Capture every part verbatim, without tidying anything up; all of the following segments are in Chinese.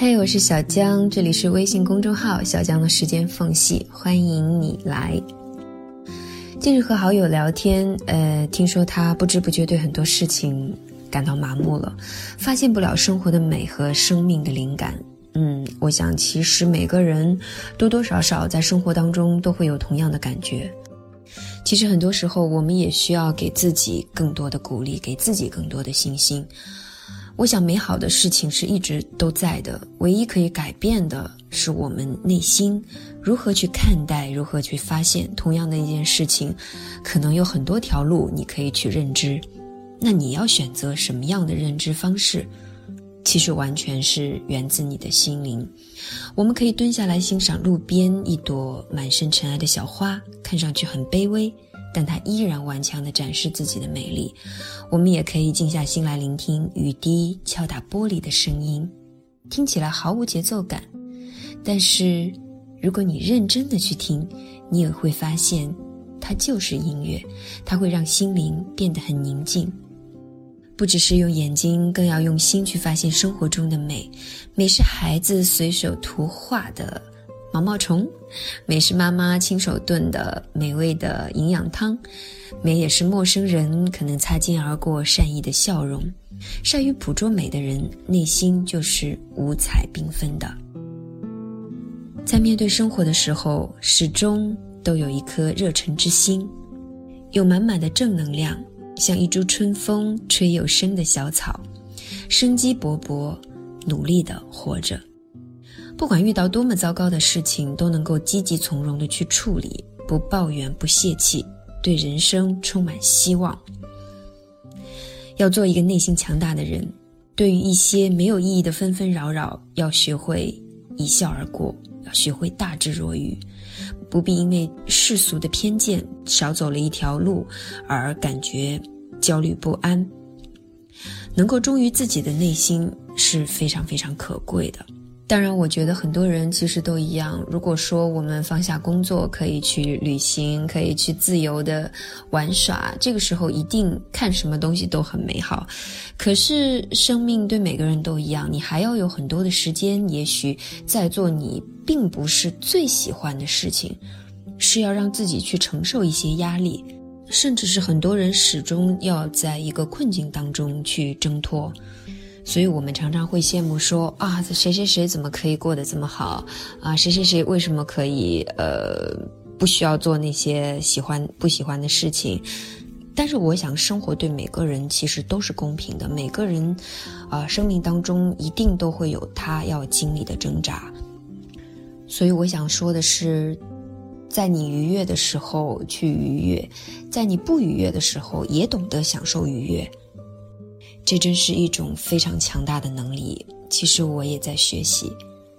嘿，我是小江，这里是微信公众号小江的时间缝隙，欢迎你来。近日和好友聊天，呃，听说他不知不觉对很多事情感到麻木了，发现不了生活的美和生命的灵感。嗯，我想其实每个人多多少少在生活当中都会有同样的感觉。其实很多时候我们也需要给自己更多的鼓励，给自己更多的信心。我想美好的事情是一直都在的，唯一可以改变的是我们内心如何去看待，如何去发现。同样的一件事情，可能有很多条路你可以去认知，那你要选择什么样的认知方式，其实完全是源自你的心灵。我们可以蹲下来欣赏路边一朵满身尘埃的小花，看上去很卑微，但它依然顽强地展示自己的美丽。我们也可以静下心来聆听雨滴敲打玻璃的声音，听起来毫无节奏感，但是如果你认真地去听，你也会发现它就是音乐，它会让心灵变得很宁静。不只是用眼睛，更要用心去发现生活中的美。美是孩子随手涂画的毛毛虫，美是妈妈亲手炖的美味的营养汤，美也是陌生人可能擦肩而过善意的笑容。善于捕捉美的人，内心就是五彩缤纷的。在面对生活的时候，始终都有一颗热忱之心，有满满的正能量，像一株春风吹又生的小草，生机勃勃，努力地活着。不管遇到多么糟糕的事情，都能够积极从容地去处理，不抱怨，不泄气，对人生充满希望。要做一个内心强大的人，对于一些没有意义的纷纷扰扰，要学会一笑而过，要学会大智若愚，不必因为世俗的偏见少走了一条路而感觉焦虑不安。能够忠于自己的内心是非常非常可贵的。当然我觉得很多人其实都一样，如果说我们放下工作，可以去旅行，可以去自由的玩耍，这个时候一定看什么东西都很美好。可是生命对每个人都一样，你还要有很多的时间，也许在做你并不是最喜欢的事情，是要让自己去承受一些压力，甚至是很多人始终要在一个困境当中去挣脱。所以我们常常会羡慕说啊，谁谁谁怎么可以过得这么好啊？谁谁谁为什么可以呃不需要做那些喜欢不喜欢的事情？但是我想，生活对每个人其实都是公平的，每个人啊、呃、生命当中一定都会有他要经历的挣扎。所以我想说的是，在你愉悦的时候去愉悦，在你不愉悦的时候也懂得享受愉悦。这真是一种非常强大的能力，其实我也在学习。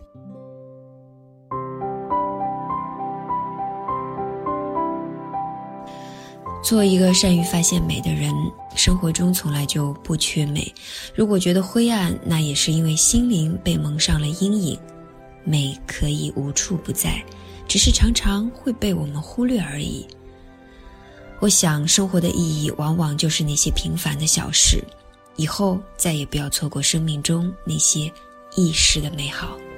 做一个善于发现美的人，生活中从来就不缺美。如果觉得灰暗，那也是因为心灵被蒙上了阴影。美可以无处不在，只是常常会被我们忽略而已。我想生活的意义往往就是那些平凡的小事，以后再也不要错过生命中那些易逝的美好。